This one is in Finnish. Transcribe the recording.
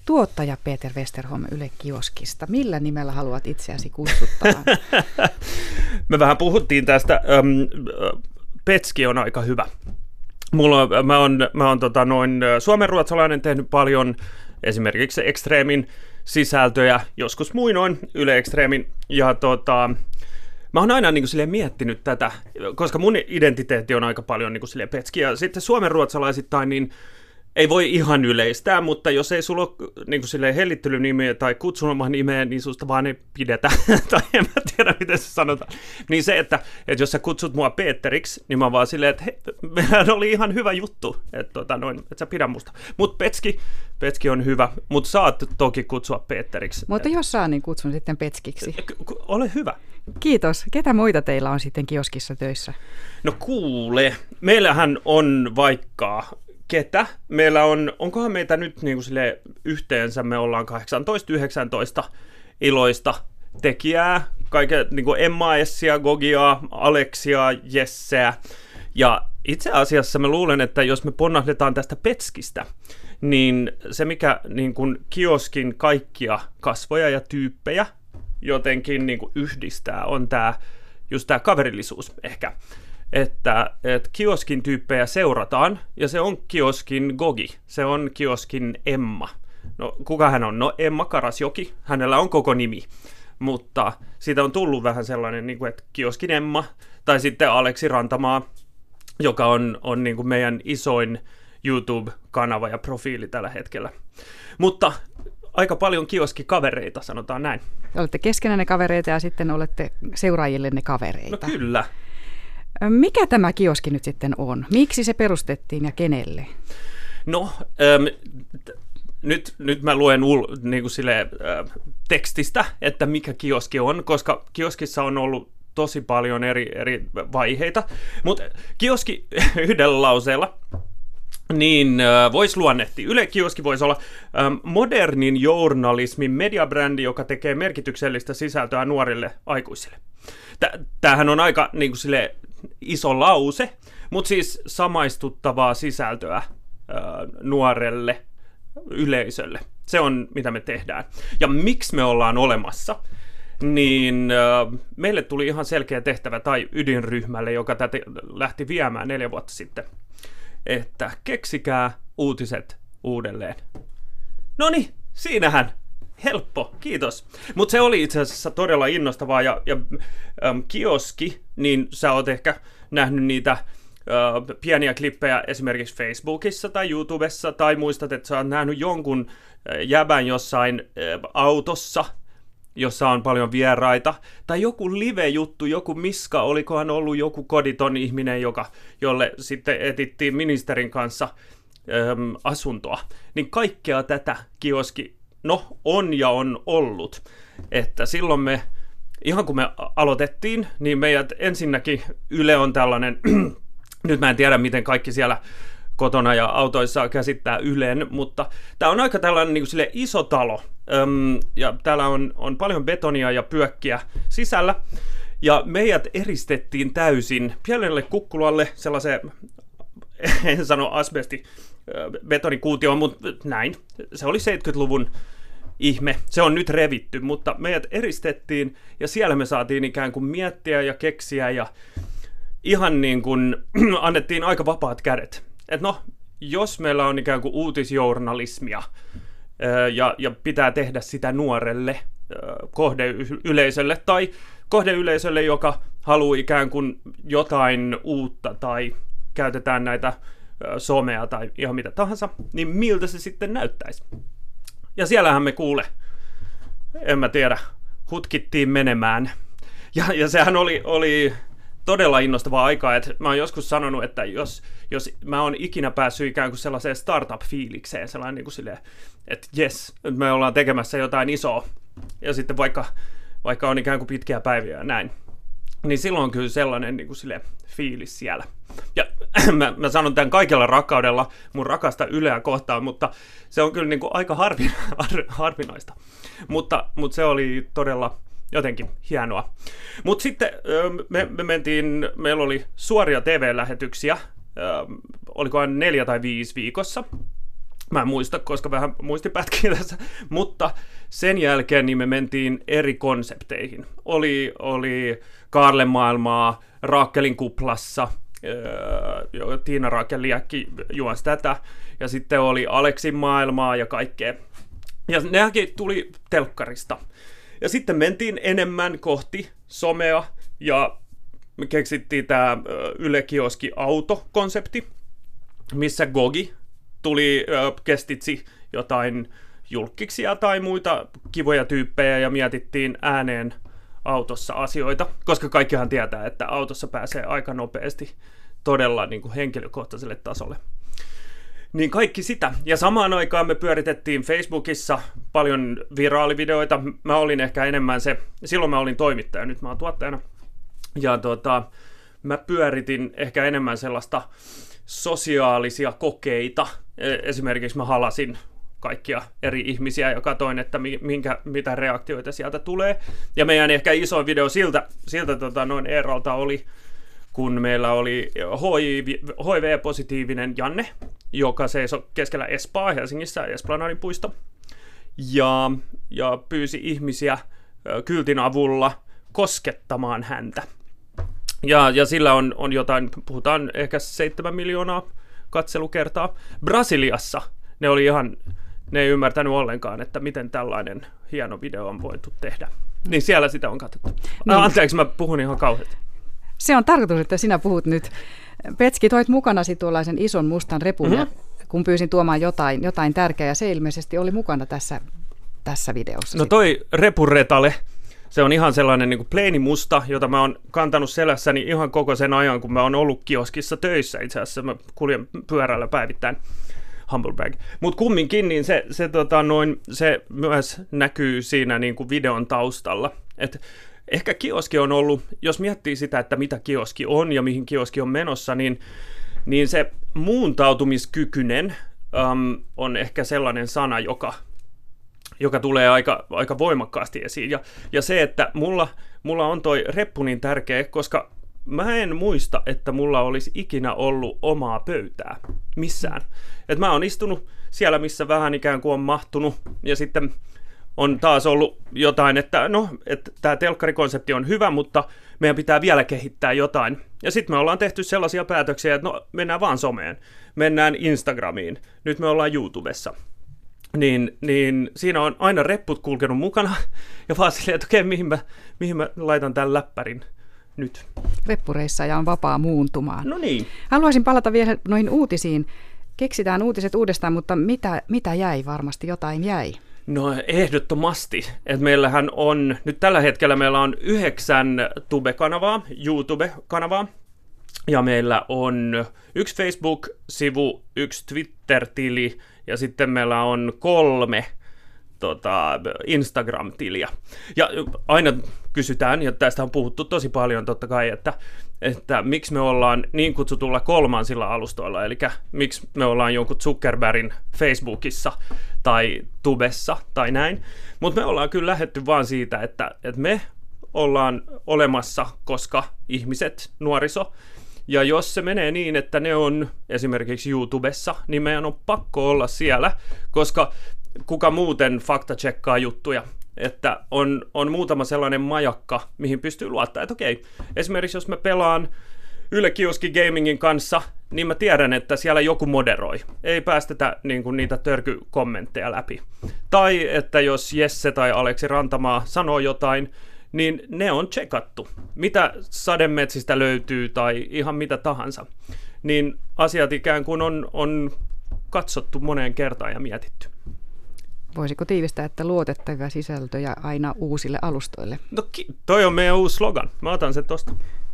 tuottaja Peter Westerholm Yle Kioskista. Millä nimellä haluat itseäsi kutsuttaa? Me vähän puhuttiin tästä. Petski on aika hyvä. Mä oon suomenruotsalainen, tehnyt paljon esimerkiksi Extremin sisältöjä, joskus muinoin Yle Extremin, ja mä oon aina niin kuin miettinyt tätä, koska mun identiteetti on aika paljon niin kuin Petski, ja sitten suomenruotsalaisittain niin ei voi ihan yleistää, mutta jos ei sulla ole niin kuin hellittelynimiä tai kutsunumanimeä, niin susta vaan ei pidetä, tai en mä tiedä, miten se sanotaan. Niin se, että jos sä kutsut mua Peteriksi, niin mä vaan silleen, että mehän oli ihan hyvä juttu, että sä pidä musta. Mutta Petski on hyvä, mutta saat toki kutsua Peteriksi. Mutta jos saa, niin kutsun sitten Petskiksi. Ole hyvä. Kiitos. Ketä muita teillä on sitten kioskissa töissä? No kuule, meillähän on vaikka... Ketä? Meillä onkohan meitä nyt niin kuin yhteensä, me ollaan 18-19 iloista tekijää, kaiken niin kuin Emma, Essia, Gogia, Aleksia, Jesseä, ja itse asiassa mä luulen, että jos me ponnahdetaan tästä Petskistä, niin se mikä niin kuin kioskin kaikkia kasvoja ja tyyppejä jotenkin niin kuin yhdistää on just tämä kaverillisuus ehkä. Että kioskin tyyppejä seurataan, ja se on kioskin Gogi, se on kioskin Emma. No, kuka hän on? No, Emma Karasjoki, hänellä on koko nimi, mutta siitä on tullut vähän sellainen, niin kuin, että kioskin Emma, tai sitten Aleksi Rantamaa, joka on niin kuin meidän isoin YouTube-kanava ja profiili tällä hetkellä. Mutta aika paljon kioskikavereita, sanotaan näin. Olette keskenänne kavereita ja sitten olette seuraajillenne kavereita. No kyllä. Mikä tämä kioski nyt sitten on? Miksi se perustettiin ja kenelle? No, nyt mä luen niin kuin tekstistä, että mikä kioski on, koska kioskissa on ollut tosi paljon eri vaiheita. Mutta kioski yhdellä lauseella, niin voisi luonnehtia. Yle Kioski voisi olla modernin journalismin mediabrändi, joka tekee merkityksellistä sisältöä nuorille aikuisille. Tämähän on aika niin kuin iso lause, mutta siis samaistuttavaa sisältöä nuorelle yleisölle. Se on, mitä me tehdään. Ja miksi me ollaan olemassa, niin meille tuli ihan selkeä tehtävä tai ydinryhmälle, joka tätä lähti viemään 4 vuotta sitten, että keksikää uutiset uudelleen. Noniin, siinähän. Helppo, kiitos. Mutta se oli itse asiassa todella innostavaa, ja kioski, niin sä oot ehkä nähnyt niitä pieniä klippejä esimerkiksi Facebookissa tai YouTubessa, tai muistat, että sä oot nähnyt jonkun jäbän jossain autossa, jossa on paljon vieraita, tai joku live-juttu, joku Miska, olikohan ollut joku koditon ihminen, jolle sitten etittiin ministerin kanssa asuntoa. Niin kaikkea tätä kioski on ollut. Että silloin ihan kun me aloitettiin, niin meidät ensinnäkin Yle on tällainen, nyt mä en tiedä miten kaikki siellä kotona ja autoissa käsittää Ylen, mutta tämä on aika tällainen niin kuin iso talo, ja täällä on paljon betonia ja pyökkiä sisällä, ja meidät eristettiin täysin pienelle kukkulalle sellaiseen, en sano asbesti, betonikuutioon, mutta näin. Se oli 70-luvun ihme. Se on nyt revitty, mutta meidät eristettiin ja siellä me saatiin ikään kuin miettiä ja keksiä ja ihan niin kuin annettiin aika vapaat kädet. Että jos meillä on ikään kuin uutisjournalismia ja pitää tehdä sitä nuorelle kohdeyleisölle tai kohdeyleisölle, joka haluaa ikään kuin jotain uutta tai käytetään näitä somea tai ihan mitä tahansa, niin miltä se sitten näyttäisi. Ja siellähän me en mä tiedä, hutkittiin menemään. Ja sehän oli todella innostavaa aikaa, että mä oon joskus sanonut, että jos mä oon ikinä päässyt ikään kuin sellaiseen startup-fiilikseen, sellainen niin kuin silleen, että jes, me ollaan tekemässä jotain isoa, ja sitten vaikka on ikään kuin pitkiä päiviä ja näin, niin silloin on kyllä sellainen niin kuin silleen fiilis siellä. Ja mä sanon tämän kaikella rakkaudella mun rakasta Yleä kohtaan, mutta se on kyllä niin kuin aika harvinaista. Mutta se oli todella jotenkin hienoa. Mutta sitten me mentiin, meillä oli suoria TV-lähetyksiä, olikohan 4 tai 5 viikossa. Mä en muista, koska vähän muistipätkiä tässä, mutta sen jälkeen niin me mentiin eri konsepteihin. Oli Kaarlen maailmaa, Raakkelin kuplassa, Tiina Raakeliäkki juonsi tätä, ja sitten oli Aleksin maailmaa ja kaikkea. Ja nekin tuli telkkarista. Ja sitten mentiin enemmän kohti somea, ja me keksittiin tämä Yle Kioski Auto-konsepti, missä Gogi kestitsi jotain julkkiksia tai muita kivoja tyyppejä ja mietittiin ääneen autossa asioita, koska kaikkihan tietää, että autossa pääsee aika nopeasti todella niin kuin henkilökohtaiselle tasolle. Niin kaikki sitä. Ja samaan aikaan me pyöritettiin Facebookissa paljon viraalivideoita. Mä olin ehkä enemmän silloin mä olin toimittaja, nyt mä oon tuottajana. Ja mä pyöritin ehkä enemmän sellaista sosiaalisia kokeita. Esimerkiksi mä halasin kaikkia eri ihmisiä ja katoin, että mitä reaktioita sieltä tulee. Ja meidän ehkä isoin video siltä noin eralta oli, kun meillä oli HIV-positiivinen Janne, joka seisoi keskellä Espaa Helsingissä, Esplanadin puisto, ja pyysi ihmisiä kyltin avulla koskettamaan häntä. Ja sillä on jotain, puhutaan ehkä 7 miljoonaa katselukertaa. Brasiliassa ne ei ymmärtänyt ollenkaan, että miten tällainen hieno video on voitu tehdä. Niin siellä sitä on katsottu. Niin. Anteeksi, mä puhun ihan kauheasti. Se on tarkoitus, että sinä puhut nyt. Petski, toit mukanasi tuollaisen ison mustan repun, ja kun pyysin tuomaan jotain tärkeää, ja se ilmeisesti oli mukana tässä videossa. No toi repuretale, se on ihan sellainen niin kuin pleini musta, jota mä oon kantanut selässäni ihan koko sen ajan, kun mä oon ollut kioskissa töissä. Itse asiassa mä kuljen pyörällä päivittäin. Humblebrag. Mutta kumminkin niin se myös näkyy siinä niin kuin videon taustalla. Et ehkä kioski on ollut, jos miettii sitä, että mitä kioski on ja mihin kioski on menossa, niin se muuntautumiskykyinen on ehkä sellainen sana, joka tulee aika voimakkaasti esiin. Ja se, että mulla on toi reppu niin tärkeä, koska mä en muista, että mulla olisi ikinä ollut omaa pöytää missään. Et mä oon istunut siellä, missä vähän ikään kuin on mahtunut, ja sitten on taas ollut jotain, että tämä telkkarikonsepti on hyvä, mutta meidän pitää vielä kehittää jotain. Ja sitten me ollaan tehty sellaisia päätöksiä, että mennään vaan someen, mennään Instagramiin, nyt me ollaan YouTubessa. Niin siinä on aina repput kulkenut mukana, ja vaan silleen, että okei, mihin mä laitan tämän läppärin nyt. Reppureissa ja on vapaa muuntumaan. No niin. Haluaisin palata vielä noihin uutisiin. Keksitään uutiset uudestaan, mutta mitä jäi? Varmasti jotain jäi. No ehdottomasti. Et meillähän on, nyt tällä hetkellä meillä on 9 Tube-kanavaa, YouTube-kanavaa, ja meillä on 1 Facebook-sivu, 1 Twitter-tili, ja sitten meillä on 3 Instagram-tiliä. Ja aina kysytään, ja tästä on puhuttu tosi paljon totta kai, että miksi me ollaan niin kutsutulla kolmansilla alustoilla, eli miksi me ollaan jonkun Zuckerbergin Facebookissa tai Tubessa tai näin. Mutta me ollaan kyllä lähdetty vaan siitä, että me ollaan olemassa, koska ihmiset, nuoriso, ja jos se menee niin, että ne on esimerkiksi YouTubessa, niin meidän on pakko olla siellä, koska kuka muuten fakta-tsekkaa juttuja, että on muutama sellainen majakka, mihin pystyy luottaa, että okei, esimerkiksi jos mä pelaan Yle Kioski Gamingin kanssa, niin mä tiedän, että siellä joku moderoi, ei päästetä niitä törkykommentteja läpi. Tai että jos Jesse tai Aleksi Rantamaa sanoo jotain, niin ne on tsekattu. Mitä sademetsistä löytyy tai ihan mitä tahansa, niin asiat ikään kuin on katsottu moneen kertaan ja mietitty. Voisiko tiivistää, että luotettavia sisältöjä aina uusille alustoille? No toi on meidän uusi slogan. Mä otan sen tosta.